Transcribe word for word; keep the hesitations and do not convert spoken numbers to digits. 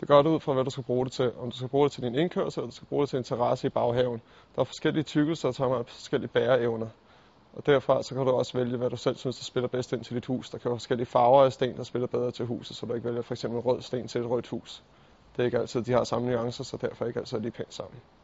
Det gør du ud fra, hvad du skal bruge det til. Om du skal bruge det til din indkørsel, eller du skal bruge det til en terrasse i baghaven. Der er forskellige tykkelser, som har forskellige bæreevner. Og derfra så kan du også vælge, hvad du selv synes, der spiller bedst ind til dit hus. Der kan være forskellige farver af sten, der spiller bedre til huset, så du ikke vælger for eksempel rød sten til et rødt hus. Det er ikke altid, de har samme nuancer, så derfor ikke altid er de pænt sammen.